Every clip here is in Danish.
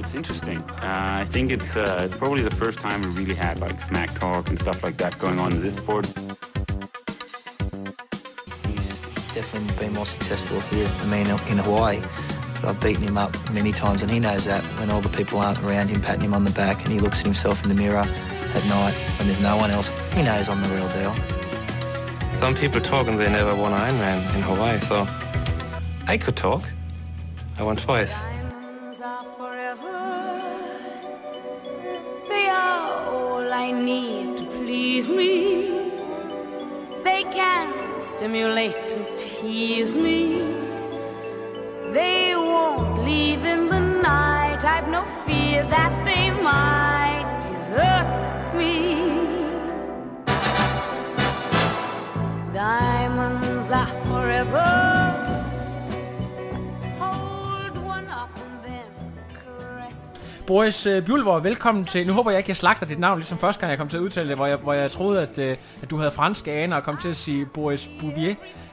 It's interesting. I think it's probably the first time we really had like smack talk and stuff like that going on in this sport. He's definitely been more successful here than me in Hawaii. But I've beaten him up many times, and he knows that when all the people aren't around him patting him on the back and he looks at himself in the mirror at night when there's no one else, he knows I'm the real deal. Some people talk and they never won Ironman in Hawaii, so I could talk. I won twice. Diamonds are forever. They are all I need to please me. They can stimulate and tease me. They won't leave in the night. I've no fear that they might desert me. Diamonds are forever. Boris Bjulver, velkommen til. Nu håber jeg ikke, jeg slagter dit navn, ligesom første gang jeg kom til at udtale det, hvor jeg troede, at du havde franske aner og kom til at sige Boris Bouvier.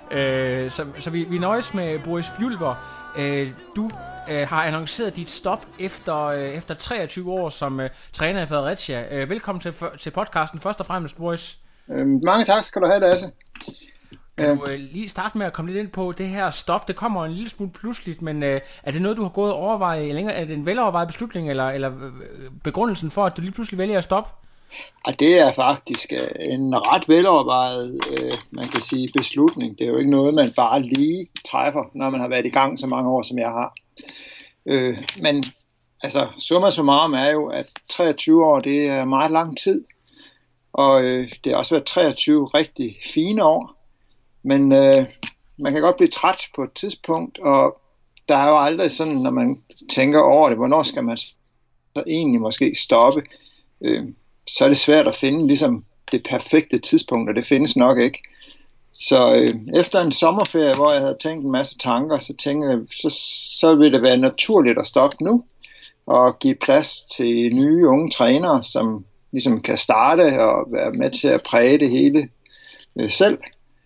Så vi nøjes med Boris Bjulver. Du har annonceret dit stop efter 23 år som træner i Fredericia. Velkommen til podcasten først og fremmest, Boris. Mange tak skal du have, Lasse. Kan du lige starte med at komme lidt ind på det her stop? Det kommer en lille smule pludseligt, men er det noget, du har gået og overvejet længere? Er det en velovervejet beslutning, eller begrundelsen for, at du lige pludselig vælger at stoppe? Ja, det er faktisk en ret velovervejet, man kan sige, beslutning. Det er jo ikke noget, man bare lige træffer, når man har været i gang så mange år, som jeg har. Men altså, summa summarum er jo, at 23 år, det er meget lang tid. Og det har også været 23 rigtig fine år. Men man kan godt blive træt på et tidspunkt, og der er jo aldrig sådan, når man tænker over det, hvornår skal man så egentlig måske stoppe, så er det svært at finde ligesom det perfekte tidspunkt, og det findes nok ikke. Så efter en sommerferie, hvor jeg havde tænkt en masse tanker, så tænkte jeg, så vil det være naturligt at stoppe nu, og give plads til nye unge trænere, som ligesom kan starte og være med til at præge det hele selv.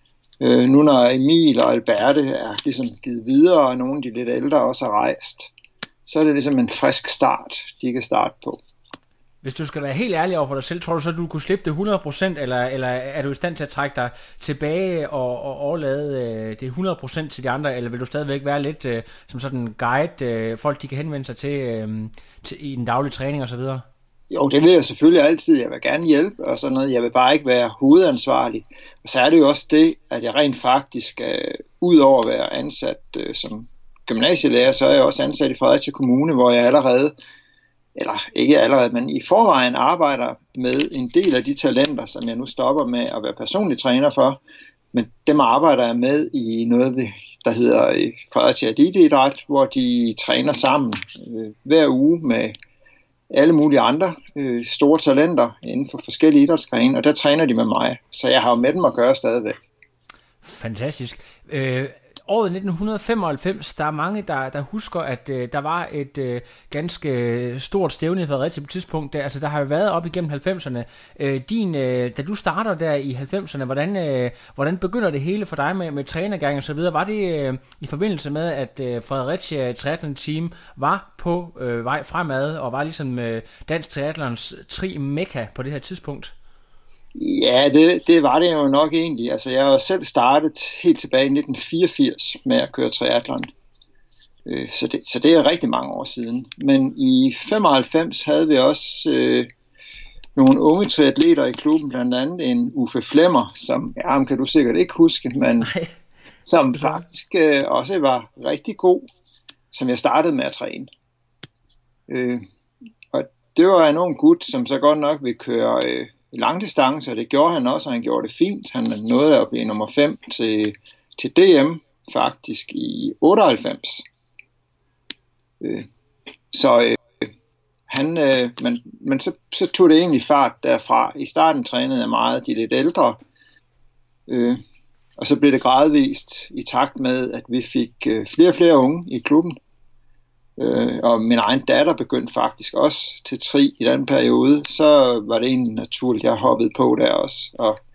Nu når Emil og Alberte er ligesom givet videre, og nogle af de lidt ældre også er rejst, så er det ligesom en frisk start, de kan starte på. Hvis du skal være helt ærlig over for dig selv, tror du så, at du kunne slippe det 100%, eller er du i stand til at trække dig tilbage og overlade det 100% til de andre, eller vil du stadigvæk være lidt som sådan en guide, folk de kan henvende sig til i den daglige træning osv.? Jo, det vil jeg selvfølgelig altid. Jeg vil gerne hjælpe og sådan noget. Jeg vil bare ikke være hovedansvarlig. Og så er det jo også det, at jeg rent faktisk, ud over at være ansat som gymnasielærer, så er jeg også ansat i Fredericia Kommune, hvor jeg allerede, eller ikke allerede, men i forvejen arbejder med en del af de talenter, som jeg nu stopper med at være personlig træner for. Men dem arbejder jeg med i noget, der hedder Fredericia Eliteidræt, hvor de træner sammen hver uge med alle mulige andre store talenter inden for forskellige idrætsgrene, og der træner de med mig. Så jeg har jo med dem at gøre stadigvæk. Fantastisk. Året 1995, der er mange, der husker, at der var et ganske stort stævne i Fredericia på et tidspunkt. Der har jo været op igennem 90'erne. Da du starter der i 90'erne, hvordan begynder det hele for dig med trænergang og så videre? Var det i forbindelse med, at Fredericia Triathlon Team var på vej fremad, og var ligesom dansk triathlons tri-mekka på det her tidspunkt? Ja, det var det jo nok egentlig. Altså, jeg har selv startet helt tilbage i 1984 med at køre triathlon. Så det er rigtig mange år siden. Men i 95 havde vi også nogle unge triatleter i klubben, blandt andet en Uffe Flemmer, som ham kan du sikkert ikke huske, men som faktisk også var rigtig god, som jeg startede med at træne. Og det var en ung gut, som så godt nok ville køre langdistance, og det gjorde han også, og han gjorde det fint. Han nåede at blive nummer 5 til DM faktisk i 98. Men så tog det egentlig fart derfra. I starten trænede jeg meget de lidt ældre, og så blev det gradvist i takt med, at vi fik flere og flere unge i klubben. Og min egen datter begyndte faktisk også til tri i den periode, så var det egentlig naturligt, jeg hoppede på der også. Og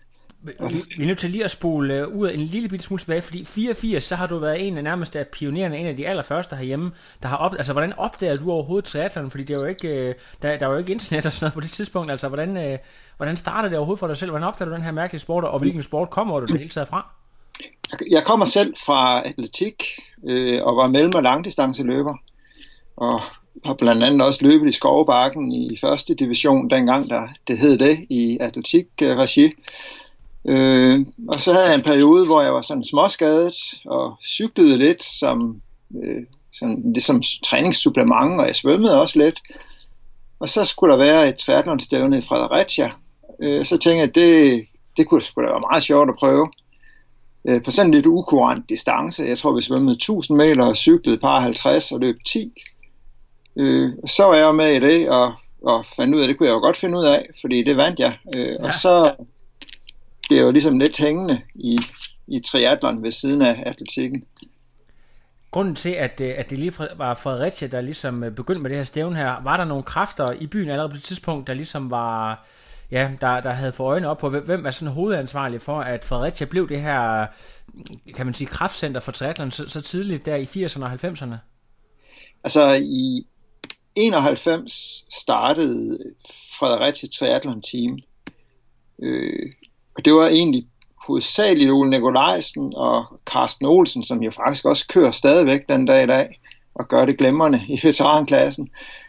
Vi er nødt til lige at spole ud en lille bitte smule tilbage, fordi 84, så har du været en af nærmest af pionererne, en af de allerførste herhjemme, der har altså hvordan opdager du overhovedet triathlon? Fordi det er jo ikke, der var jo ikke internet og sådan noget på det tidspunkt, altså hvordan startede det overhovedet for dig selv? Hvordan opdager du den her mærkelige sport, og hvilken sport kommer du det hele taget fra? Jeg kommer selv fra atletik, og var mellem- og langdistanceløber, og har blandt andet også løbet i Skovbakken i første division, dengang det hed det, i atletik-regi. Og så havde jeg en periode, hvor jeg var sådan småskadet og cyklede lidt som træningssupplement, og jeg svømmede også lidt. Og så skulle der være et triathlonstævne i Fredericia. Så tænkte jeg, at det kunne sgu da være meget sjovt at prøve. På sådan en lidt ukurant distance. Jeg tror, vi svømmede 1000 meter og cyklede par 50 og løb 10. Så var jeg med i det, og fandt ud af, det kunne jeg jo godt finde ud af, fordi det vandt jeg. Og så blev jeg jo ligesom lidt hængende i triathlon ved siden af atletikken. Grunden til, at det lige var Fredericia, der ligesom begyndte med det her stævne her, var der nogle kræfter i byen allerede på det tidspunkt, der ligesom var, ja, der havde fået øjnene op på, hvem er sådan hovedansvarlig for, at Fredericia blev det her, kan man sige, kraftcenter for triathlon så tidligt der i 80'erne og 90'erne? Altså i 91 startede Fredericia Triathlon Team, og det var egentlig hovedsageligt Ole Nikolajsen og Carsten Olsen, som jo faktisk også kører stadigvæk den dag i dag, og gør det glimrende i veteranklassen.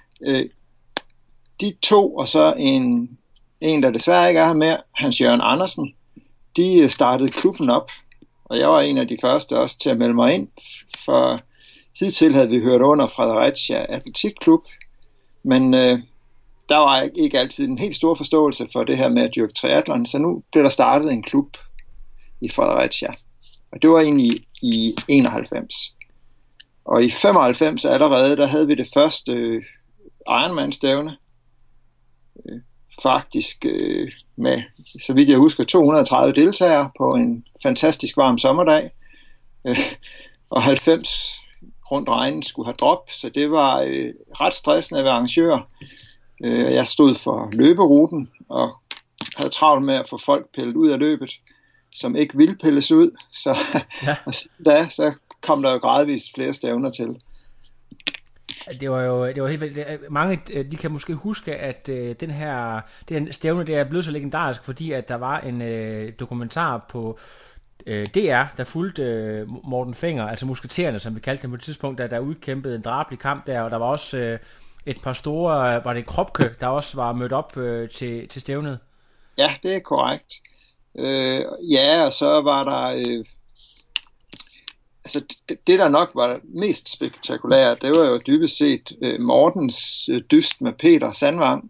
De to, og så en der desværre ikke er her mere, Hans Jørgen Andersen, de startede klubben op, og jeg var en af de første også til at melde mig ind, for hidtil havde vi hørt under Fredericia Atletikklub, men der var ikke altid en helt stor forståelse for det her med at dyrke triathlon, så nu blev der startet en klub i Fredericia, og det var egentlig i 91. Og i 95 allerede, der havde vi det første Ironman-stævne, faktisk med, så vidt jeg husker, 230 deltagere på en fantastisk varm sommerdag, og 90 rundt regnen skulle have drop, så det var ret stressende at være arrangør. Jeg stod for løberuten og havde travlt med at få folk pillet ud af løbet, som ikke ville pilles ud, så ja. Så kom der jo gradvist flere stævner til. Det var helt vildt. Mange de kan måske huske, at den stævne der er blevet så legendarisk, fordi at der var en dokumentar på DR, der fulgte Morten Fenger, altså musketererne, som vi kaldte dem på et tidspunkt, der udkæmpede en drabelig kamp der, og der var også et par store, var det Kropke, der også var mødt op til stævnet? Ja, det er korrekt. Ja, og så var der altså det der nok var mest spektakulært, det var jo dybest set Mortens dyst med Peter Sandvang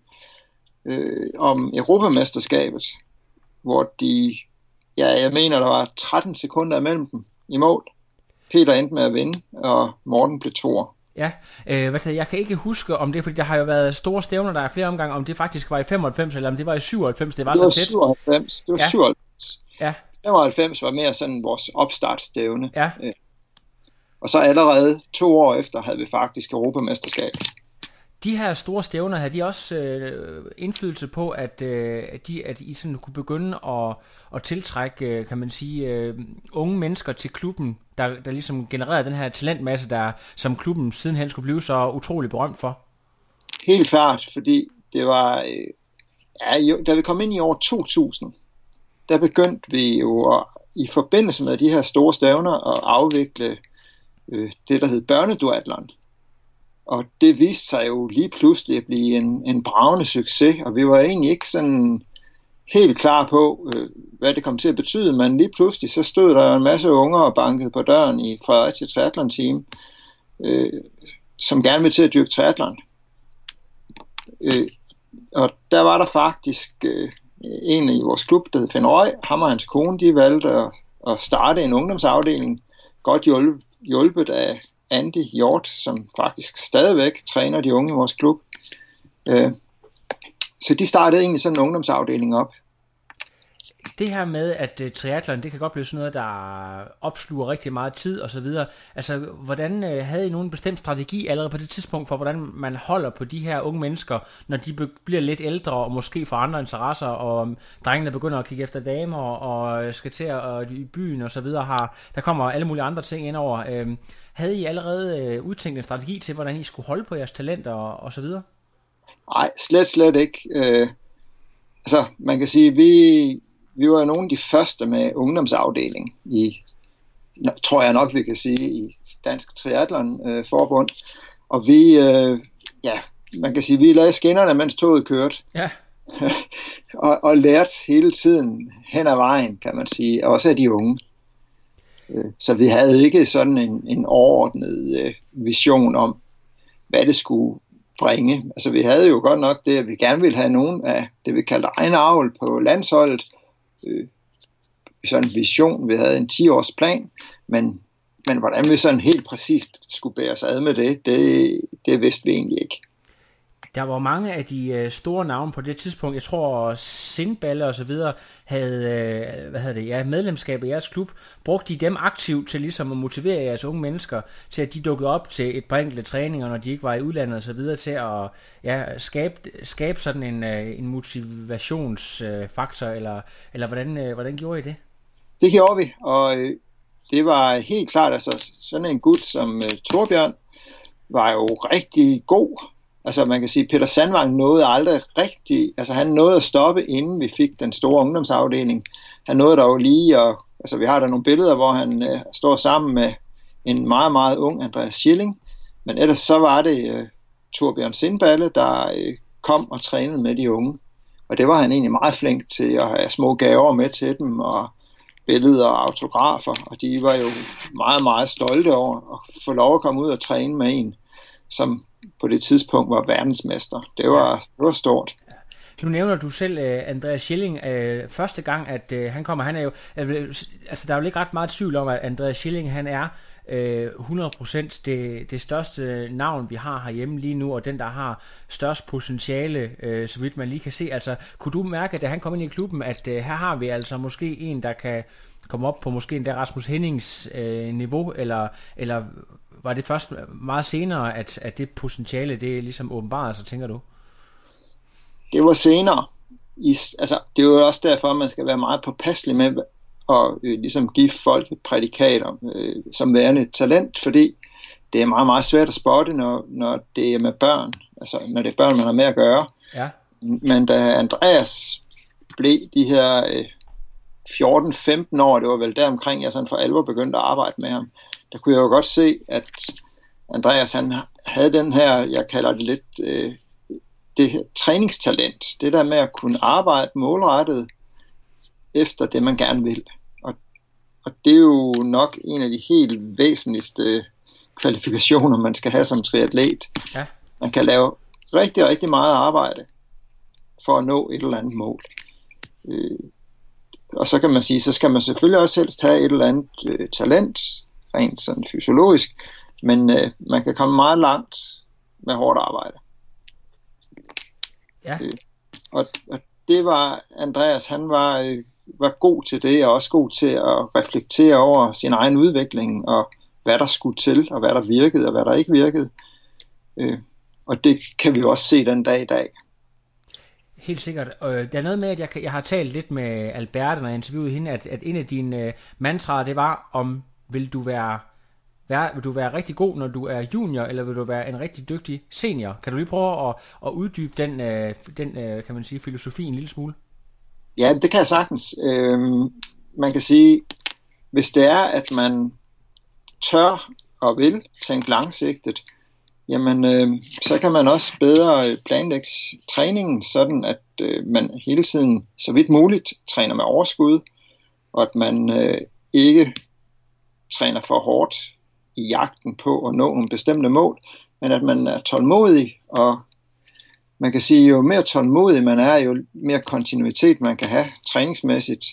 om Europamesterskabet, hvor jeg mener der var 13 sekunder imellem dem i mål. Peter endte med at vinde, og Morten blev toer. Ja, jeg kan ikke huske om det, fordi der har jo været store stævner, der er flere omgange, om det faktisk var i 95, eller om det var i 97, det var så tæt. 97, det var ja. 97. Ja. 95 var mere sådan vores opstartstævne. Ja. Og så allerede 2 år efter havde vi faktisk Europamesterskab. De her store stævner, havde de også indflydelse på, at I sådan kunne begynde at tiltrække, kan man sige, unge mennesker til klubben, der ligesom genererede den her talentmasse, der som klubben sidenhen skulle blive så utrolig berømt for? Helt klart, fordi det var, da vi kom ind i år 2000, der begyndte vi jo i forbindelse med de her store stævner at afvikle det, der hed børneduatlon. Og det viste sig jo lige pludselig at blive en bragende succes, og vi var egentlig ikke sådan helt klar på, hvad det kom til at betyde, men lige pludselig så stod der en masse unger og bankede på døren i Fredericia Triathlon Team, som gerne ville til at dyrke triathlon. Og der var der faktisk en i vores klub, der hed Finn Røg, ham og hans kone, de valgte at starte en ungdomsafdeling, godt hjulpet af Andy Hjort, som faktisk stadigvæk træner de unge i vores klub. Så de startede egentlig sådan en ungdomsafdeling op. Det her med, at triathlon, det kan godt blive sådan noget, der opsluger rigtig meget tid og så videre. Altså, hvordan havde I nogen bestemt strategi allerede på det tidspunkt for, hvordan man holder på de her unge mennesker, når de bliver lidt ældre og måske får andre interesser, og drengene begynder at kigge efter damer og skal til at i byen og så videre, der kommer alle mulige andre ting ind over. Havde I allerede udtænkt en strategi til, hvordan I skulle holde på jeres talenter og så videre? Nej, slet ikke. Altså, man kan sige, vi var nogle af de første med ungdomsafdeling tror jeg nok, vi kan sige, i Dansk Triathlon Forbund. Og vi, man kan sige, vi lagde skinnerne, mens toget kørte. Ja. og lærte hele tiden hen ad vejen, kan man sige, også af de unge. Så vi havde ikke sådan en overordnet vision om, hvad det skulle bringe. Altså vi havde jo godt nok det, at vi gerne ville have nogen af det, vi kaldte egen avl på landsholdet. Sådan en vision, vi havde en 10-års plan, men hvordan vi sådan helt præcist skulle bære os ad med det vidste vi egentlig ikke. Der var mange af de store navne på det tidspunkt. Jeg tror, Sindballe og så videre havde, medlemskab i jeres klub. Brugte de dem aktivt til ligesom at motivere jeres unge mennesker til, at de dukkede op til et par enkelte træninger, når de ikke var i udlandet og så videre, til at skabe sådan en motivationsfaktor, eller hvordan gjorde I det? Det gjorde vi, og det var helt klart, altså sådan en gut som Torbjørn var jo rigtig god. Altså man kan sige, Peter Sandvang nåede aldrig rigtig, altså han nåede at stoppe, inden vi fik den store ungdomsafdeling. Han nåede dog lige, altså vi har der nogle billeder, hvor han står sammen med en meget, meget ung Andreas Schilling. Men ellers så var det Torbjørn Sindballe, der kom og trænede med de unge. Og det var han egentlig meget flink til at have små gaver med til dem, og billeder og autografer. Og de var jo meget, meget stolte over at få lov at komme ud og træne med en, som på det tidspunkt var verdensmester. Det var stort. Nu nævner du selv Andreas Schilling. Første gang, at han kommer, han er jo... Altså, der er jo ikke ret meget tvivl om, at Andreas Schilling, han er 100% det største navn, vi har herhjemme lige nu, og den, der har størst potentiale, så vidt man lige kan se. Altså, kunne du mærke, da han kom ind i klubben, at her har vi altså måske en, der kan komme op på måske endda Rasmus Hennings niveau, eller var det først meget senere, at det potentiale, det ligesom åbenbarede sig, tænker du? Det var senere. Altså, det er jo også derfor, at man skal være meget påpasselig med at ligesom give folk et prædikat som værende et talent, fordi det er meget, meget svært at spotte, når det er med børn. Altså, når det er børn, man har med at gøre. Ja. Men da Andreas blev de her 14-15 år, det var vel deromkring, jeg sådan for alvor begyndte at arbejde med ham, der kunne jeg jo godt se, at Andreas, han havde den her, jeg kalder det lidt, det her træningstalent. Det der med at kunne arbejde målrettet efter det, man gerne vil. Og det er jo nok en af de helt væsentligste kvalifikationer, man skal have som triatlet. Ja. Man kan lave rigtig, rigtig meget arbejde for at nå et eller andet mål. Og så kan man sige, så skal man selvfølgelig også helst have et eller andet talent, rent sådan fysiologisk, men man kan komme meget langt med hårdt arbejde. Ja. Og det var Andreas, han var god til det, og også god til at reflektere over sin egen udvikling, og hvad der skulle til, og hvad der virkede, og hvad der ikke virkede. Og det kan vi jo også se den dag i dag. Helt sikkert. Der er noget med, at jeg har talt lidt med Alberte, når jeg interviewede hende, at en af dine mantraer, det var, om vil du være rigtig god, når du er junior, eller vil du være en rigtig dygtig senior? Kan du lige prøve at uddybe den kan man sige, filosofi en lille smule? Ja, det kan jeg sagtens. Man kan sige, hvis det er, at man tør og vil tænke langsigtet, jamen så kan man også bedre planlægge træningen, sådan at man hele tiden så vidt muligt træner med overskud, og at man ikke træner for hårdt i jagten på at nå nogle bestemte mål, men at man er tålmodig, og man kan sige, jo mere tålmodig man er, jo mere kontinuitet man kan have træningsmæssigt,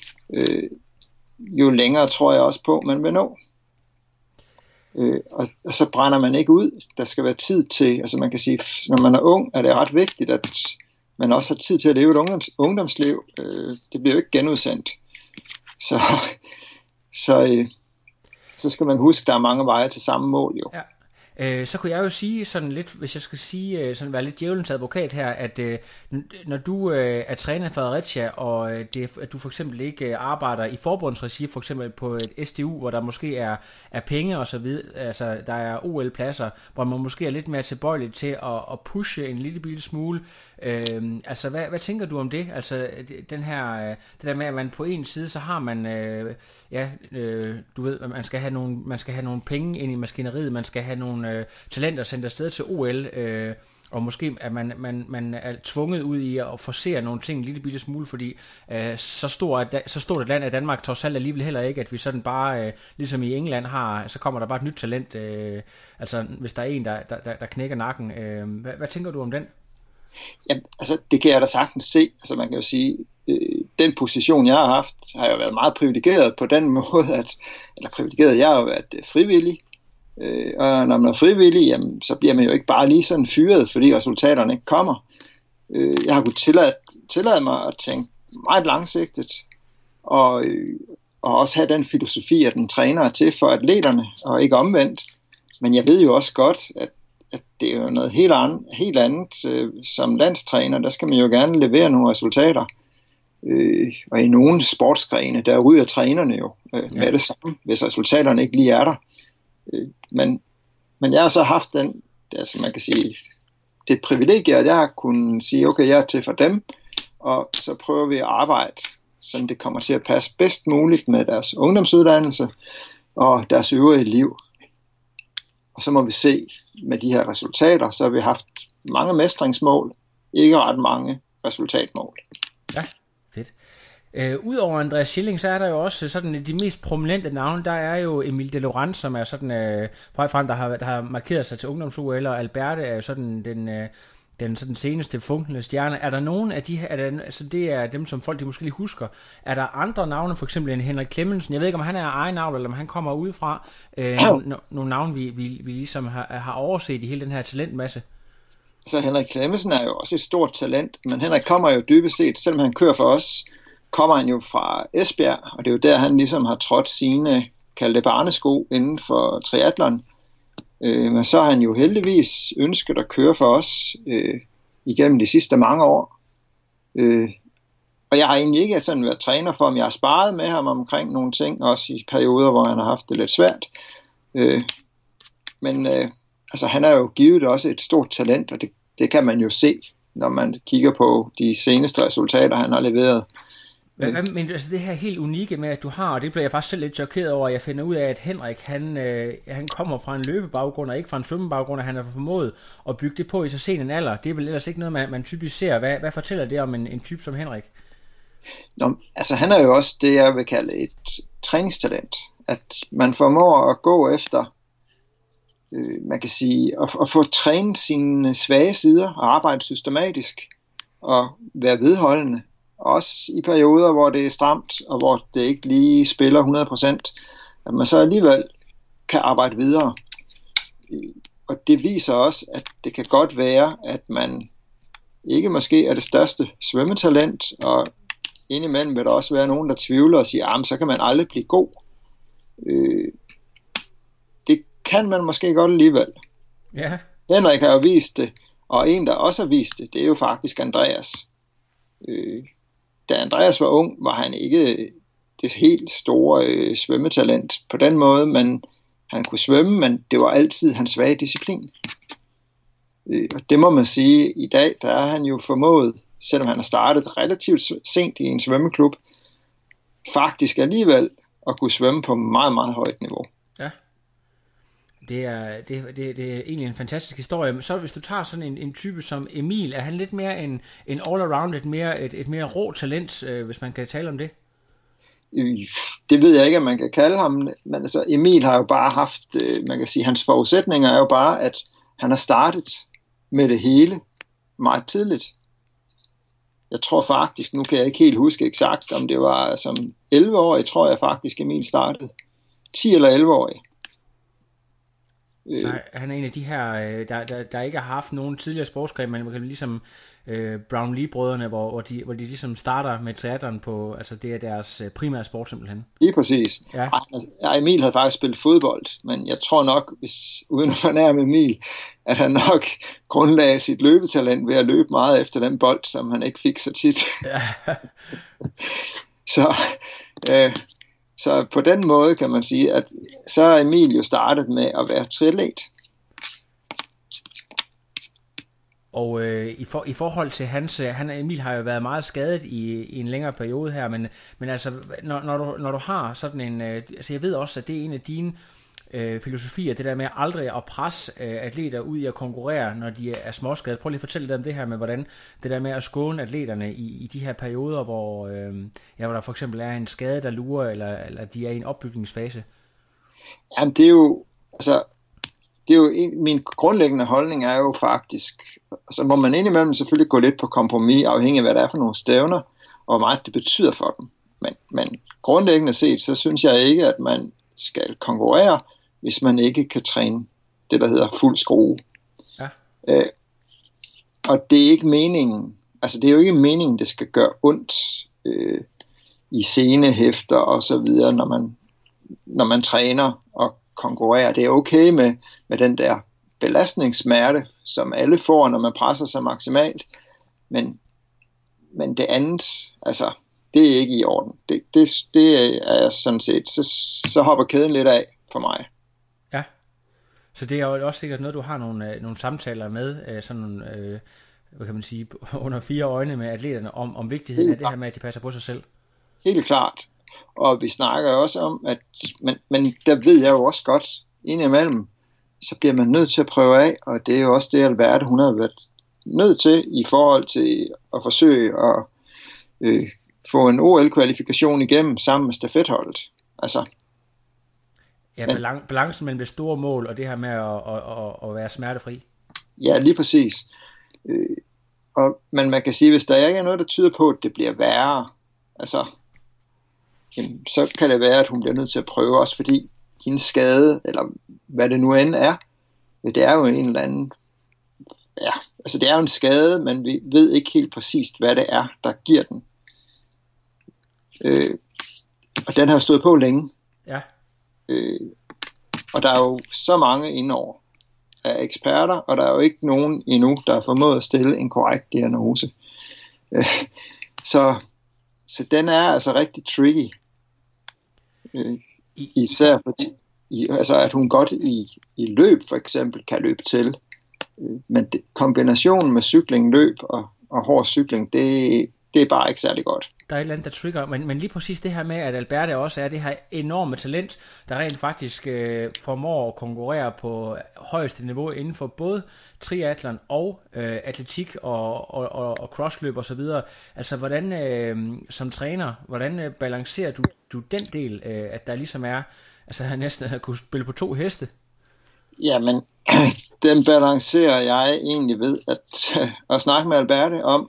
jo længere tror jeg også på, man vil nå. Og så brænder man ikke ud. Der skal være tid til, altså man kan sige, når man er ung, er det ret vigtigt, at man også har tid til at leve et ungdomsliv. Det bliver jo ikke genudsendt. Så skal man huske, at der er mange veje til samme mål jo. Ja. Så kunne jeg jo sige sådan lidt, hvis jeg skal sige, sådan være lidt djævelens advokat her, at når du er træner i Fredericia, og at du for eksempel ikke arbejder i forbundsregi, for eksempel på et SDU, hvor der måske er penge og så videre, altså der er OL-pladser, hvor man måske er lidt mere tilbøjelig til at pushe en lille bitte smule. Altså hvad tænker du om det? Altså det der med, at man på en side, så har man, du ved, man skal have nogle penge ind i maskineriet, man skal have nogle talenter sendt afsted til OL, og måske at man er tvunget ud i at forsere nogle ting en lille bitte smule, fordi så stort et land af Danmark trods alt alligevel heller ikke, at vi sådan bare, ligesom i England har, så kommer der bare et nyt talent, altså hvis der er en, der knækker nakken. Hvad tænker du om den? Ja, altså det kan jeg da sagtens se. Altså man kan jo sige, den position jeg har haft, har jo været meget privilegeret på den måde, jeg har jo været frivillig. Og når man er frivillig, jamen, så bliver man jo ikke bare lige sådan fyret, fordi resultaterne ikke kommer. Jeg har kunnet tillade mig at tænke meget langsigtet, og også have den filosofi, at den træner er til for atleterne, og ikke omvendt. Men jeg ved jo også godt, at det er jo noget helt andet. Som landstræner, der skal man jo gerne levere nogle resultater. Og i nogle sportsgrene, der ryger trænerne jo med det samme, hvis resultaterne ikke lige er der. Men jeg har så haft den, altså man kan sige, det er et privilegie, at jeg har kunnet sige, okay, jeg er til for dem, og så prøver vi at arbejde, så det kommer til at passe bedst muligt med deres ungdomsuddannelse og deres øvrige liv. Og så må vi se med de her resultater, så har vi haft mange mestringsmål, ikke ret mange resultatmål. Ja, fedt. Udover Andreas Schilling, så er der jo også sådan de mest prominente navne. Der er jo Emil de Laurent, som er sådan på vej frem, der har markeret sig til ungdoms-OL, og Alberte er jo sådan den sådan seneste funklende stjerne. Er der nogen af de her, altså det er dem, som folk de måske lige husker, er der andre navne, for eksempel en Henrik Clemmensen, jeg ved ikke, om han er egen navn, eller om han kommer udefra, nogle navne, vi ligesom har overset i hele den her talentmasse? Så Henrik Clemmensen er jo også et stort talent, men Henrik kommer jo dybest set, selvom han kører for os, kommer han jo fra Esbjerg, og det er jo der, han ligesom har trådt sine kaldte barnesko inden for triathlon. Men så har han jo heldigvis ønsket at køre for os igennem de sidste mange år. Og jeg har egentlig ikke sådan været træner for ham. Jeg har sparet med ham omkring nogle ting, også i perioder, hvor han har haft det lidt svært. Men altså, han er jo givet også et stort talent, og det kan man jo se, når man kigger på de seneste resultater, han har leveret. Men altså det her helt unikke med, at du har, og det bliver jeg faktisk selv lidt chokeret over, at jeg finder ud af, at Henrik, han kommer fra en løbebaggrund, og ikke fra en svømmebaggrund, og han har formået at bygge det på i så sen en alder. Det er vel ellers ikke noget, man typisk ser. Hvad fortæller det om en type som Henrik? Nå, altså han er jo også det, jeg vil kalde et træningstalent. At man formår at gå efter, man kan sige, at få trænet sine svage sider, og arbejde systematisk, og være vedholdende. Også i perioder, hvor det er stramt, og hvor det ikke lige spiller 100%, at man så alligevel kan arbejde videre. Og det viser også, at det kan godt være, at man ikke måske er det største svømmetalent, og indimellem vil der også være nogen, der tvivler og siger, så kan man aldrig blive god. Det kan man måske godt alligevel. Ja. Henrik har jo vist det, og en, der også har vist det, det er jo faktisk Andreas. Da Andreas var ung, var han ikke det helt store svømmetalent på den måde, men han kunne svømme, men det var altid hans svage disciplin. Og det må man sige, i dag, der er han jo formået, selvom han har startet relativt sent i en svømmeklub, faktisk alligevel at kunne svømme på meget, meget højt niveau. Ja. Det er egentlig en fantastisk historie. Så hvis du tager sådan en type som Emil, er han lidt mere en all-around, et mere rå talent, hvis man kan tale om det? Det ved jeg ikke, om man kan kalde ham, men altså Emil har jo bare haft, man kan sige, hans forudsætninger er jo bare, at han har startet med det hele meget tidligt. Jeg tror faktisk, nu kan jeg ikke helt huske eksakt, om det var som 11-årig, tror jeg faktisk Emil startede. 10 eller 11-årig. Så han er en af de her, der ikke har haft nogen tidligere sportsgren, men man kan ligesom Brownlee-brødrene, hvor de ligesom starter med triathlon på, altså det er deres primære sport simpelthen. Lige præcis. Ja. Emil havde faktisk spillet fodbold, men jeg tror nok, uden at fornærme Emil, at han nok grundlagde sit løbetalent ved at løbe meget efter den bold, som han ikke fik så tit. Ja. Så på den måde kan man sige, at så er Emil jo startet med at være triatlet. Og i forhold til Emil har jo været meget skadet i en længere periode her, men altså, når du har sådan en, altså jeg ved også, at det er en af dine filosofier, det der med aldrig at presse atleter ud i at konkurrere, når de er småskadet. Prøv lige at fortælle dem det her med, hvordan det der med at skåne atleterne i de her perioder, hvor der for eksempel er en skade, der lurer, eller de er i en opbygningsfase. Jamen min grundlæggende holdning er jo faktisk, så må man indimellem selvfølgelig gå lidt på kompromis, afhængig af hvad det er for nogle stævner, og hvor meget det betyder for dem. Men grundlæggende set, så synes jeg ikke, at man skal konkurrere, hvis man ikke kan træne det, der hedder fuld skrue. Ja. Og det er ikke meningen, altså det er jo ikke meningen, det skal gøre ondt i senehæfter og så videre, når man træner og konkurrerer. Det er okay med den der belastningssmerte, som alle får, når man presser sig maksimalt, men det andet, altså det er ikke i orden. Det er sådan set, så hopper kæden lidt af for mig. Ja, så det er jo også sikkert noget, du har nogle samtaler med, sådan nogle, hvad kan man sige, under 4 øjne med atleterne, om vigtigheden af det her med, at de passer på sig selv. Helt klart. Og vi snakker også om, at men der ved jeg jo også godt, indimellem, så bliver man nødt til at prøve af, og det er jo også det, Alberte, hun har været nødt til, i forhold til at forsøge at få en OL-kvalifikation igennem sammen med stafetholdet. Altså, ja, balancen mellem det store mål og det her med at være smertefri. Ja, lige præcis. Men man kan sige, hvis der ikke er noget, der tyder på, at det bliver værre, altså, jamen, så kan det være, at hun bliver nødt til at prøve også, fordi hendes skade, eller hvad det nu end er, det er jo en eller anden, ja, altså det er jo en skade, men vi ved ikke helt præcist, hvad det er, der giver den. Og den har stået på længe. Ja. Og der er jo så mange indover af eksperter, og der er jo ikke nogen endnu, der har formået at stille en korrekt diagnose. Så den er altså rigtig tricky. Især fordi, altså at hun godt i løb for eksempel kan løbe til. Men kombinationen med cykling, løb og hård cykling, det er bare ikke særlig godt. Der er et eller andet, der trigger, men lige præcis det her med, at Alberte også er det her enorme talent, der rent faktisk formår at konkurrere på højeste niveau inden for både triathlon og atletik og crossløb og så videre. Altså hvordan som træner, hvordan balancerer du den del, at der ligesom er, altså han næsten har kunne spille på 2 heste? Jamen, den balancerer jeg egentlig ved at snakke med Alberte om,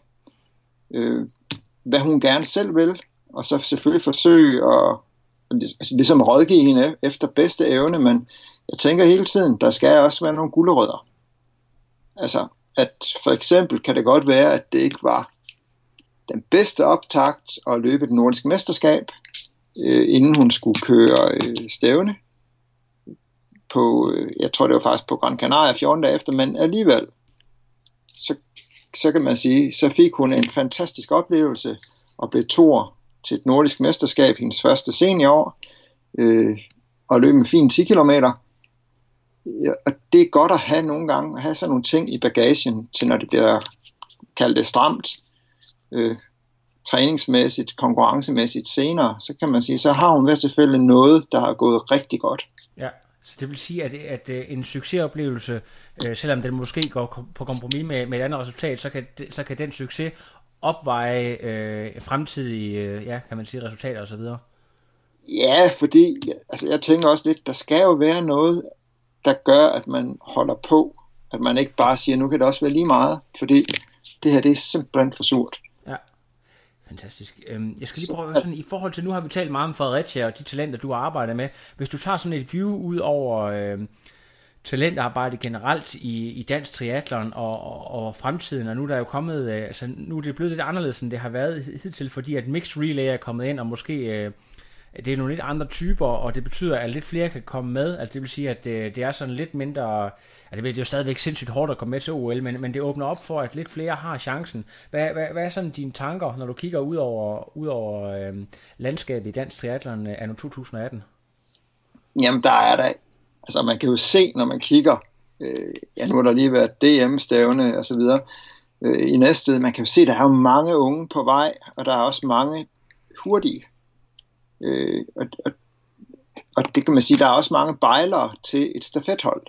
hvad hun gerne selv vil, og så selvfølgelig forsøge at ligesom rådgive hende efter bedste evne, men jeg tænker hele tiden, der skal også være nogle gulerødder. Altså, at for eksempel kan det godt være, at det ikke var den bedste optakt at løbe det nordiske mesterskab, inden hun skulle køre stævne på, jeg tror det var faktisk på Gran Canaria 14 dage efter, men alligevel, så kan man sige, så fik hun en fantastisk oplevelse og blev toer til et nordisk mesterskab, hendes første seniorår, og løb med fine 10 kilometer. Og det er godt at have nogle gange, at have sådan nogle ting i bagagen, til når det bliver kaldt det stramt, træningsmæssigt, konkurrencemæssigt senere, så kan man sige, så har hun været tilfælde noget, der har gået rigtig godt. Ja. Så det vil sige, at en succesoplevelse, selvom den måske går på kompromis med et andet resultat, så kan den succes opveje fremtidige, kan man sige, resultater og så videre. Ja, fordi altså jeg tænker også lidt, der skal jo være noget, der gør, at man holder på, at man ikke bare siger, nu kan det også være lige meget, fordi det her, det er simpelthen for surt. Ja. Fantastisk. Jeg skal lige prøve sådan, i forhold til, nu har vi talt meget om Fredericia og de talenter, du har arbejdet med. Hvis du tager sådan et view ud over talentarbejde generelt i dansk triathlon og fremtiden, og nu er der jo kommet, altså nu er det blevet lidt anderledes, end det har været hidtil, fordi at mixed relay er kommet ind, og måske det er nogle lidt andre typer, og det betyder, at lidt flere kan komme med, altså det vil sige, at det er sådan lidt mindre, altså det er jo stadigvæk sindssygt hårdt at komme med til OL, men det åbner op for, at lidt flere har chancen. Hvad er sådan dine tanker, når du kigger ud over landskabet i dansk triathlon anno 2018? Jamen, der er der. Altså, man kan jo se, når man kigger, nu har der lige været DM-stævne og så videre i Næstved, man kan jo se, at der er jo mange unge på vej, og der er også mange hurtige. Og det kan man sige, der er også mange bejlere til et stafethold.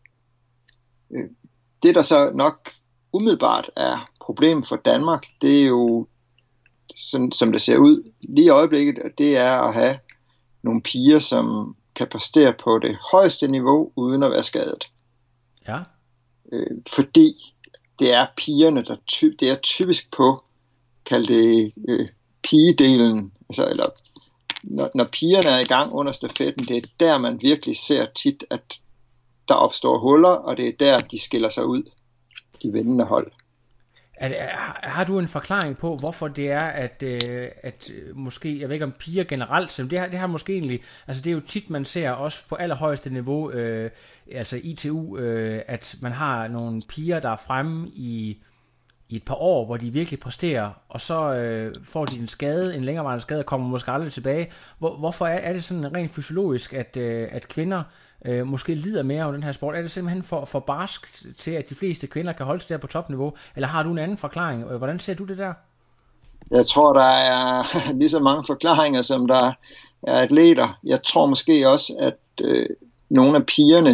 Det, der så nok umiddelbart er problem for Danmark, det er jo, sådan, som det ser ud lige i øjeblikket, og det er at have nogle piger, som kan præstere på det højeste niveau, uden at være skadet. Ja. Fordi det er pigerne, det er typisk på, kald det pigedelen, altså, eller når pigerne er i gang under stafetten, det er der, man virkelig ser tit, at der opstår huller, og det er der, de skiller sig ud, de vindende hold. Har du en forklaring på, hvorfor det er, at måske, jeg ved ikke om piger generelt, så det har måske egentlig, altså det er jo tit, man ser også på allerhøjeste niveau, altså ITU, at man har nogle piger, der er fremme i et par år, hvor de virkelig præsterer, og så får de en længerevarende skade, og kommer måske aldrig tilbage. Hvorfor er det sådan rent fysiologisk, at kvinder måske lider mere af den her sport? Er det simpelthen for barsk til, at de fleste kvinder kan holde sig der på topniveau, eller har du en anden forklaring? Hvordan ser du det der? Jeg tror, der er lige så mange forklaringer, som der er atleter. Jeg tror måske også, at nogle af pigerne,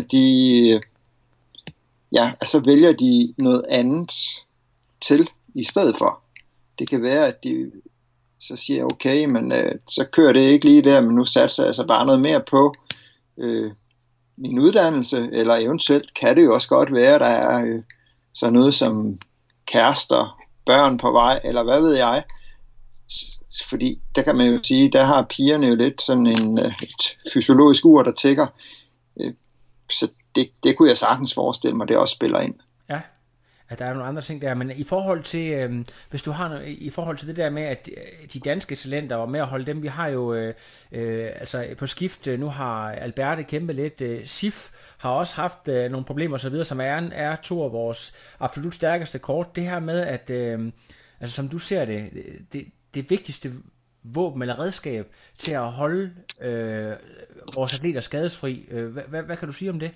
så vælger de noget andet til i stedet for. Det kan være, at de så siger, okay, men så kører det ikke lige der, men nu satser jeg så bare noget mere på min uddannelse, eller eventuelt kan det jo også godt være, der er så noget som kærester, børn på vej, eller hvad ved jeg. Fordi der kan man jo sige, der har pigerne jo lidt sådan et fysiologisk ur, der tikker. Så det kunne jeg sagtens forestille mig, det også spiller ind. Ja. At der er nogle andre ting der, men i forhold til, hvis du har i forhold til det der med, at de danske talenter, og med at holde dem, vi har jo, altså på skift, nu har Alberte kæmpet lidt, Sif har også haft nogle problemer og så videre, som er to af vores absolut stærkeste kort. Det her med, at, altså som du ser det vigtigste våben eller redskab til at holde vores atleter skadesfri. Hvad kan du sige om det?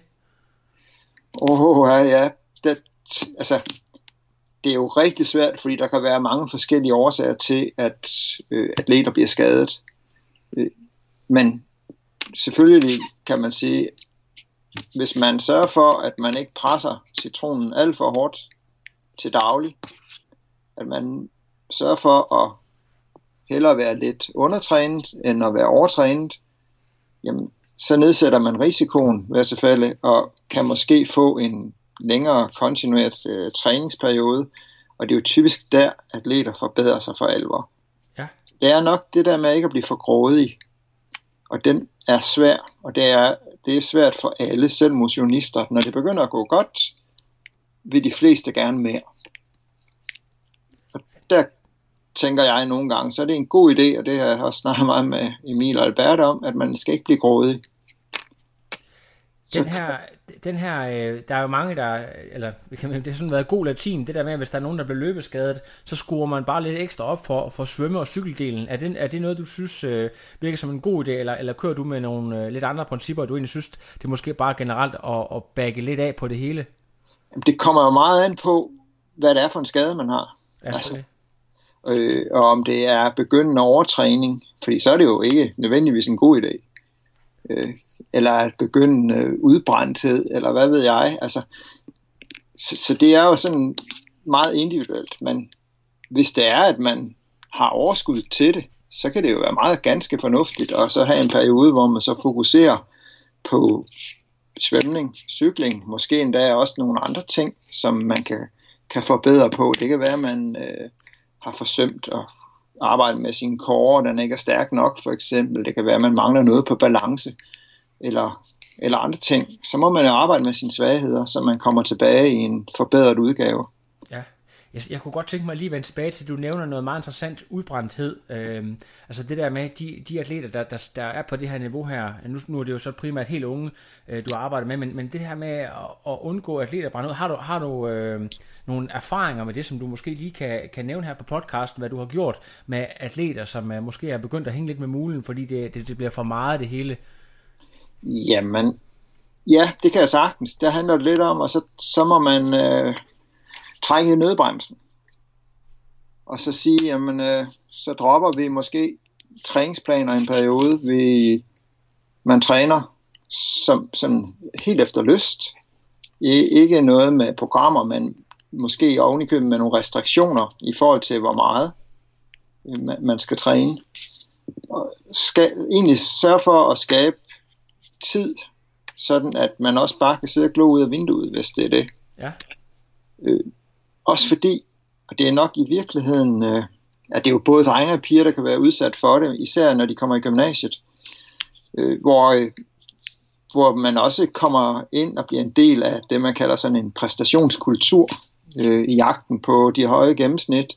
Ja, altså, det er jo rigtig svært, fordi der kan være mange forskellige årsager til, at atleter bliver skadet. Men selvfølgelig kan man sige, hvis man sørger for, at man ikke presser citronen alt for hårdt til daglig, at man sørger for at hellere være lidt undertrænet, end at være overtrænet, jamen, så nedsætter man risikoen ved tilfælde, og kan måske få en længere kontinueret træningsperiode, og det er jo typisk der, atleter forbedrer sig for alvor. Ja. Det er nok det der med ikke at blive for grådig, og den er svær, og det er svært for alle, selv motionister. Når det begynder at gå godt, vil de fleste gerne mere. Og der tænker jeg nogle gange, så er det en god idé, og det har jeg også snakket meget med Emil og Albert om, at man skal ikke blive grådig. Den her, der er jo mange, eller det har sådan været god latin, det der med, at hvis der er nogen, der bliver løbeskadet, så skruer man bare lidt ekstra op for svømme- og cykeldelen. Er det noget, du synes virker som en god idé, eller kører du med nogle lidt andre principper, og du egentlig synes, det er måske bare generelt at bagge lidt af på det hele? Det kommer jo meget an på, hvad det er for en skade, man har. Altså, og om det er begyndende overtræning, fordi så er det jo ikke nødvendigvis en god idé. Eller at begynde udbrændthed, eller hvad ved jeg. Altså, så det er jo sådan meget individuelt, men hvis det er, at man har overskud til det, så kan det jo være meget ganske fornuftigt, og så have en periode, hvor man så fokuserer på svømning, cykling, måske endda også nogle andre ting, som man kan forbedre på. Det kan være, at man har forsømt at arbejde med sin core, den ikke er stærk nok, for eksempel. Det kan være, at man mangler noget på balance, eller eller andre ting, så må man jo arbejde med sine svagheder, så man kommer tilbage i en forbedret udgave. Ja, jeg kunne godt tænke mig lige at vende tilbage til, du nævner noget meget interessant, udbrændthed. Altså det der med de atleter, der er på det her niveau her, nu er det jo så primært helt unge, du arbejder med, men det her med at undgå atleter brænde ud, har du nogle erfaringer med det, som du måske lige kan nævne her på podcasten, hvad du har gjort med atleter, som måske er begyndt at hænge lidt med mulen, fordi det bliver for meget det hele? Jamen, ja, det kan jeg sagtens. Der handler det lidt om, og så må man trække i nødbremsen. Og så sige, jamen, så dropper vi måske træningsplaner i en periode, man træner som helt efter lyst. Ikke noget med programmer, men måske ovenikøbet med nogle restriktioner i forhold til, hvor meget man skal træne. Og skal egentlig sørge for at skabe tid, sådan at man også bare kan sidde og glo ud af vinduet, hvis det er det. Ja. Også fordi, og det er nok i virkeligheden, at det er jo både drenge og piger, der kan være udsat for det, især når de kommer i gymnasiet, hvor man også kommer ind og bliver en del af det, man kalder sådan en præstationskultur i jagten på de høje gennemsnit.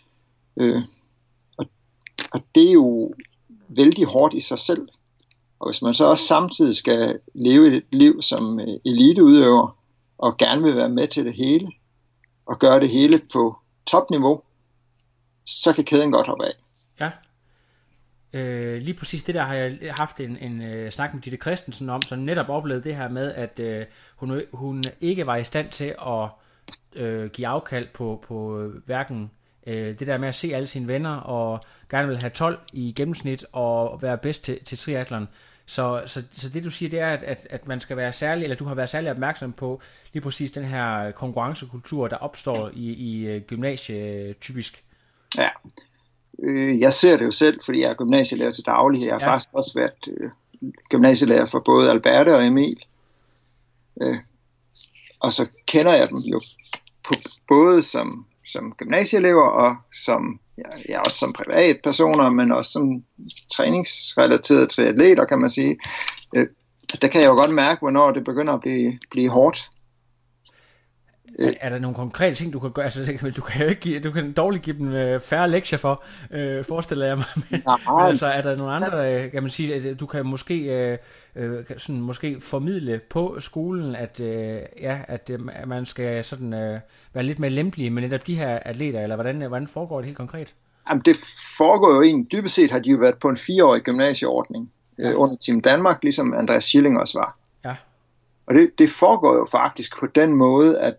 Og det er jo vældig hårdt i sig selv. Og hvis man så også samtidig skal leve et liv som eliteudøver, og gerne vil være med til det hele, og gøre det hele på topniveau, så kan kæden godt hoppe af. Ja. Lige præcis det der har jeg haft en snak med Ditte Christensen om, som netop oplevede det her med, at hun ikke var i stand til at give afkald på hverken det der med at se alle sine venner, og gerne vil have 12 i gennemsnit, og være bedst til triathlon. Så det du siger, det er, at man skal være særlig, eller du har været særlig opmærksom på lige præcis den her konkurrencekultur, der opstår i gymnasiet typisk. Ja, jeg ser det jo selv, fordi jeg er gymnasielærer til daglig. Jeg har faktisk også været gymnasielærer for både Alberte og Emil. Og så kender jeg dem jo både som gymnasieelever og som også som privatpersoner, men også som træningsrelaterede triatleter, kan man sige. Der kan jeg jo godt mærke, hvornår det begynder at blive hårdt. Er der nogle konkrete ting, du kan gøre? Altså, du kan dårligt give dem færre lektier for, forestiller jeg mig. Men altså, er der nogle andre, kan man sige, at du kan måske formidle på skolen, at man skal sådan være lidt mere lempelig med netop de her atleter, eller hvordan foregår det helt konkret? Jamen, det foregår jo egentlig, dybest set har de jo været på en 4-årig gymnasieordning under Team Danmark, ligesom Andreas Schilling også var. Ja. Og det foregår jo faktisk på den måde, at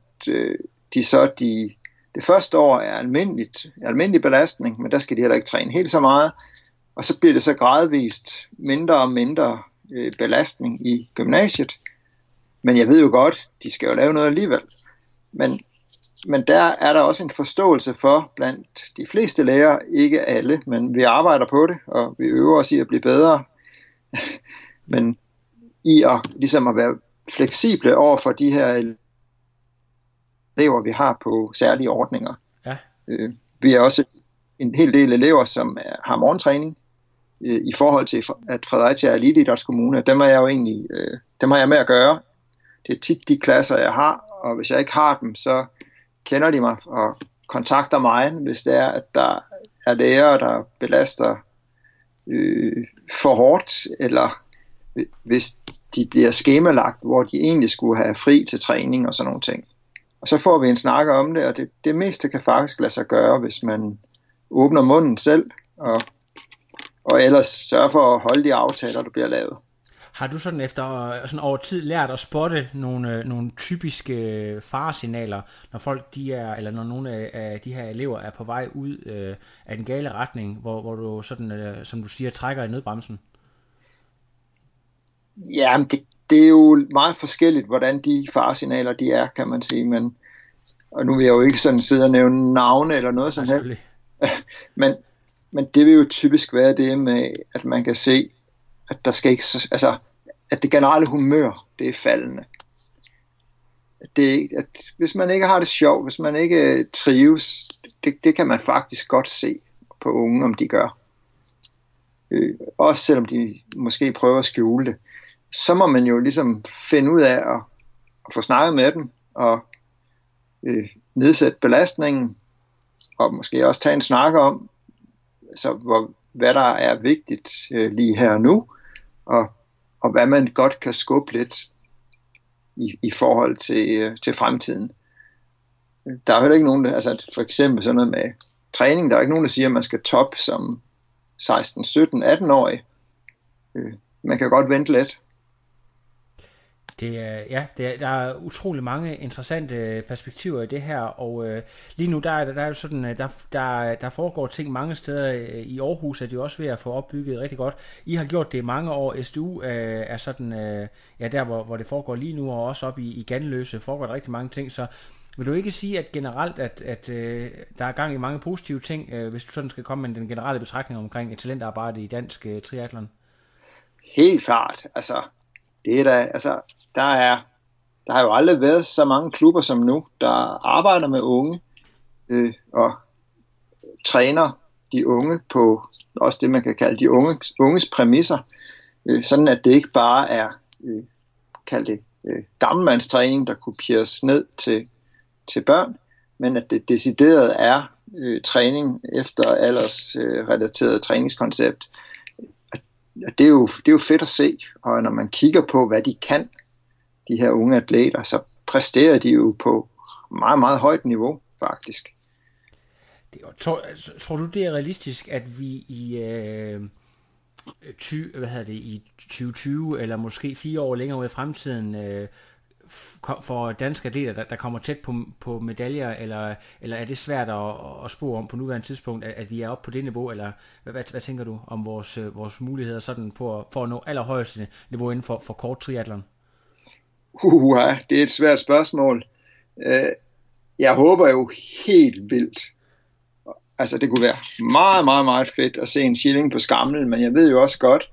det første år er almindelig belastning, men der skal de heller ikke træne helt så meget, og så bliver det så gradvist mindre og mindre belastning i gymnasiet. Men jeg ved jo godt, de skal jo lave noget alligevel. Men der er der også en forståelse for blandt de fleste lærere, ikke alle, men vi arbejder på det, og vi øver os i at blive bedre. Men i ligesom at være fleksible over for de her elever, vi har på særlige ordninger. Ja. Vi er også en hel del elever, som har morgentræning i forhold til, at Fredericia er eliteidrætskommune. Dem har jeg med at gøre. Det er tit de klasser, jeg har, og hvis jeg ikke har dem, så kender de mig og kontakter mig, hvis det er, at der er lærere, der belaster for hårdt, eller hvis de bliver skemalagt, hvor de egentlig skulle have fri til træning og sådan nogle ting. Og så får vi en snak om det, og det meste kan faktisk lade sig gøre, hvis man åbner munden selv, og ellers sørger for at holde de aftaler, der bliver lavet. Har du sådan over tid lært at spotte nogle typiske faresignaler, når folk eller når nogle af de her elever er på vej ud af den gale retning, hvor du sådan, som du siger, trækker i nødbremsen? Ja, det er jo meget forskelligt, hvordan de faresignaler de er, kan man sige, og nu vil jeg jo ikke sådan sidde og nævne navne eller noget som helst. Men det vil jo typisk være det med, at man kan se, at der skal ikke, altså, at det generelle humør, det er faldende. At hvis man ikke har det sjovt, hvis man ikke trives, det kan man faktisk godt se på unge, om de gør. Også selvom de måske prøver at skjule det. så må man jo ligesom finde ud af at få snakket med dem, og nedsætte belastningen, og måske også tage en snak om, så hvad der er vigtigt lige her og nu, og hvad man godt kan skubbe lidt i forhold til fremtiden. Der er heller ikke nogen, altså for eksempel sådan noget med træning, der er ikke nogen, der siger, at man skal top som 16, 17, 18-årig. Man kan godt vente lidt. Der er utrolig mange interessante perspektiver i det her, og lige nu der er jo sådan, der foregår ting mange steder. I Aarhus er de også ved at få opbygget rigtig godt. I har gjort det i mange år. SDU er sådan, der hvor det foregår lige nu, og også op i Ganløse foregår der rigtig mange ting, så vil du ikke sige, at generelt, at der er gang i mange positive ting, hvis du sådan skal komme med den generelle betragtning omkring et talentarbejde i dansk triathlon? Helt klart. Altså, det er da, altså, der har jo aldrig været så mange klubber som nu, der arbejder med unge og træner de unge på også det, man kan kalde de unges præmisser, sådan at det ikke bare er gammelmandstræning, der kopieres ned til børn, men at det decideret er træning efter aldersrelateret træningskoncept. Det er jo fedt at se, og når man kigger på, hvad de kan, de her unge atleter, så præsterer de jo på meget, meget højt niveau, faktisk. Tror du, det er realistisk, at vi i 2020, eller måske 4 år længere ud i fremtiden, for danske atleter, der kommer tæt på medaljer, eller er det svært at spå om på nuværende tidspunkt, at vi er oppe på det niveau, eller hvad tænker du om vores muligheder sådan for at nå allerhøjeste niveau inden for kort triathlon? Det er et svært spørgsmål. Jeg håber jo helt vildt. Altså det kunne være meget, meget, meget fedt at se en Schilling på Skammel, men jeg ved jo også godt,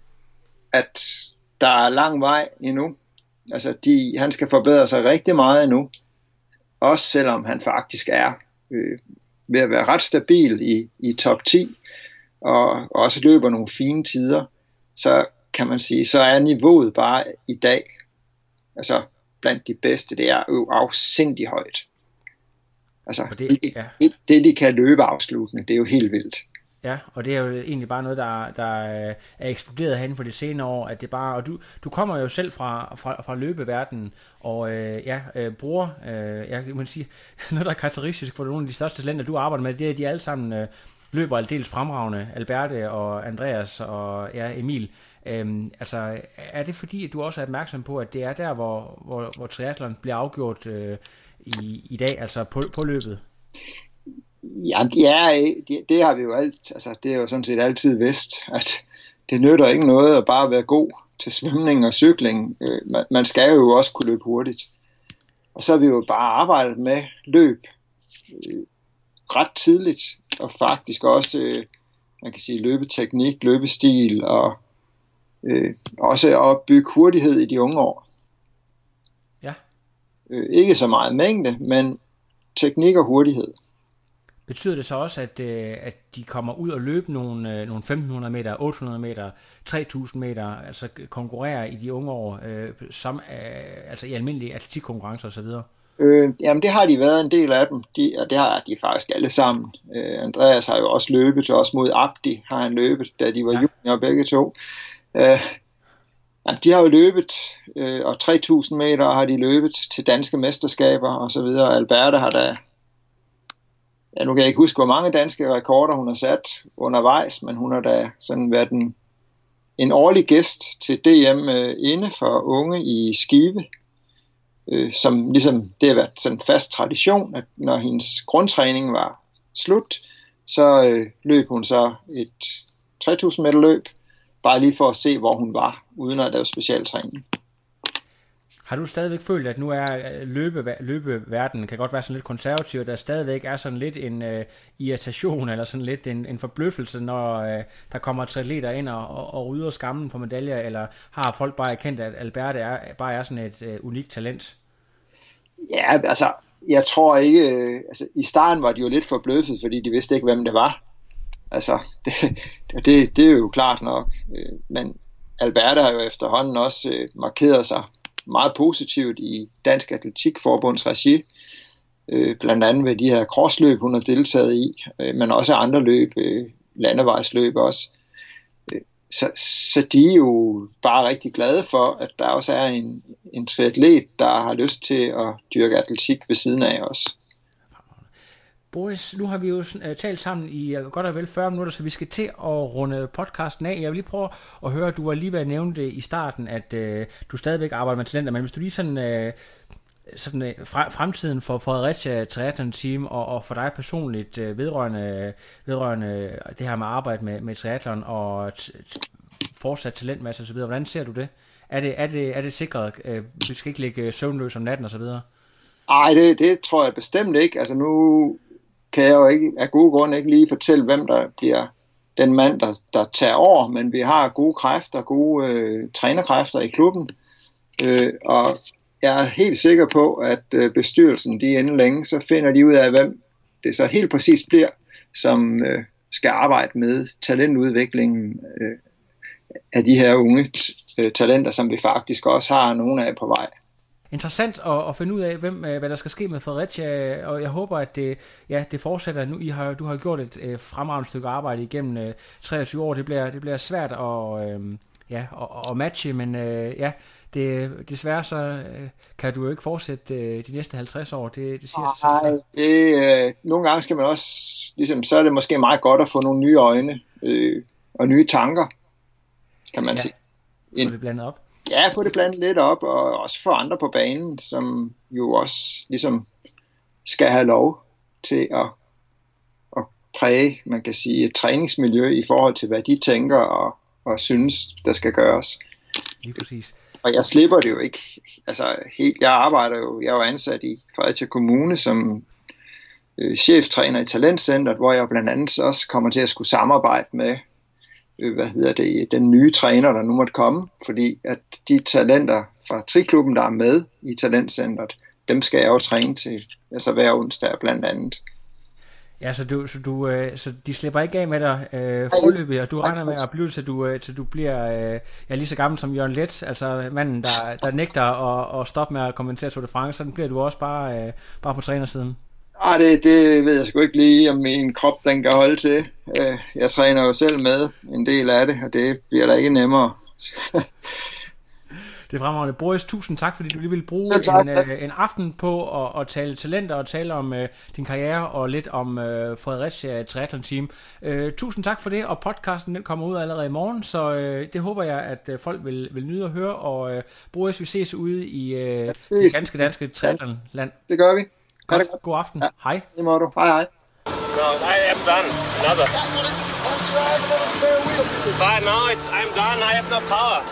at der er lang vej endnu. Altså han skal forbedre sig rigtig meget endnu. Også selvom han faktisk er ved at være ret stabil i top 10, og også løber nogle fine tider, så kan man sige, så er niveauet bare i dag, altså blandt de bedste, det er jo afsindig højt. Altså det de kan løbe afsluttende, det er jo helt vildt. Ja, og det er jo egentlig bare noget, der er eksploderet herinde for de senere år, at det bare, og du kommer jo selv fra løbeverdenen, og bruger, jeg må sige, noget der er karakteristisk for nogle af de største talenter, du arbejder med, det er, at de alle sammen løber aldeles fremragende, Alberte og Andreas og Emil. Altså, er det fordi, at du også er opmærksom på, at det er der, hvor triathlon bliver afgjort i dag, altså på løbet? Ja, det har vi jo altså det er jo sådan set altid vidst, at det nytter ikke noget at bare være god til svømning og cykling. Man skal jo også kunne løbe hurtigt. Og så har vi jo bare arbejdet med løb ret tidligt, og faktisk også, man kan sige, løbeteknik, løbestil, og også at bygge hurtighed i de unge år. Ja. Ikke så meget mængde, men teknik og hurtighed. Betyder det så også, at de kommer ud og løbe nogle 1500 meter, 800 meter, 3000 meter, altså konkurrerer i de unge år, altså i almindelige atletikkonkurrencer osv.? Jamen det har de været en del af dem, og det har de faktisk alle sammen. Andreas har jo også løbet, og også mod Abdi har han løbet, da de var junior begge to. De har jo løbet, og 3000 meter har de løbet til danske mesterskaber og så videre. Alberte har da, nu kan jeg ikke huske, hvor mange danske rekorder hun har sat undervejs, men hun har da sådan været en årlig gæst til DM inde for unge i Skive, som ligesom, det har været sådan en fast tradition, at når hendes grundtræning var slut, så løb hun så et 3000 meter løb, bare lige for at se, hvor hun var, uden at lave specialtræning. Har du stadigvæk følt, at nu er løbeverdenen kan godt være sådan lidt konservativ, og der stadigvæk er sådan lidt en irritation, eller sådan lidt en forbløffelse, når der kommer atleter ind og rydder skammen på medaljer, eller har folk bare erkendt, at Alberte bare er sådan et unikt talent? Ja, altså, jeg tror ikke, altså i starten var de jo lidt forbløffet, fordi de vidste ikke, hvem det var. Altså, det er jo klart nok, men Alberta har jo efterhånden også markeret sig meget positivt i Dansk Atletikforbunds regi, blandt andet ved de her crossløb, hun har deltaget i, men også andre løb, landevejsløb også. Så de er jo bare rigtig glade for, at der også er en triatlet, der har lyst til at dyrke atletik ved siden af os. Boris, nu har vi jo talt sammen i godt og vel 40 minutter, så vi skal til at runde podcasten af. Jeg vil lige prøve at høre, du var lige ved at nævne det i starten, at du stadigvæk arbejder med talenter, men hvis du lige sådan fremtiden for Fredericia Triathlon Team og for dig personligt vedrørende det her med at arbejde med triathlon og fortsat talentmasse og så videre, hvordan ser du det? Er det sikret? Vi skal ikke ligge søvnløs om natten og så videre? Ej, det tror jeg bestemt ikke. Altså nu kan jeg jo ikke af gode grunde ikke lige fortælle, hvem der bliver den mand, der tager over, men vi har gode kræfter, gode trænerkræfter i klubben, og jeg er helt sikker på, at bestyrelsen, de inden længe, så finder de ud af, hvem det så helt præcis bliver, som skal arbejde med talentudviklingen af de her unge talenter, som vi faktisk også har nogle af på vej. Interessant at finde ud af, hvad der skal ske med Fredericia, og jeg håber, at det fortsætter nu. Du har gjort et fremragende stykke arbejde igennem 23 år. Det bliver svært at matche, men desværre så kan du jo ikke fortsætte de næste 50 år. Det siger sig selv. Nogle gange skal man også, ligesom, så er det måske meget godt at få nogle nye øjne og nye tanker, kan man sige. Få det blandet op. Ja, få det blandet lidt op, og også få andre på banen, som jo også ligesom skal have lov til at præge, man kan sige, et træningsmiljø i forhold til, hvad de tænker og synes, der skal gøres. Lige præcis. Og jeg slipper det jo ikke. Altså, jeg er jo ansat i Fredericia Kommune som cheftræner i Talentcentret, hvor jeg blandt andet også kommer til at skulle samarbejde med den nye træner, der nu måtte komme, fordi at de talenter fra triklubben, der er med i Talentcentret, dem skal jeg jo træne til, altså hver onsdag blandt andet. Ja, så de slipper ikke af med dig forløbet, og du regner med at blive til du bliver lige så gammel som Jørgen Leth, altså manden, der nægter at stoppe med at kommentere Tour de France, så bliver du også bare på trænersiden. Det ved jeg sgu ikke lige, om min krop den kan holde til. Jeg træner jo selv med en del af det, og det bliver da ikke nemmere. Det er fremragende. Boris, tusind tak, fordi du lige ville bruge en aften på at tale talenter og tale om din karriere og lidt om Fredericia Triathlon Team. Tusind tak for det, og podcasten den kommer ud allerede i morgen, så det håber jeg, at folk vil nyde at høre. Og Boris, vi ses ude i det danske triathlonland. Det gør vi. Godt. God aften. Ja. Hej. Det må du. Hej. No, I am done. Another. But no, I'm done. I have no power.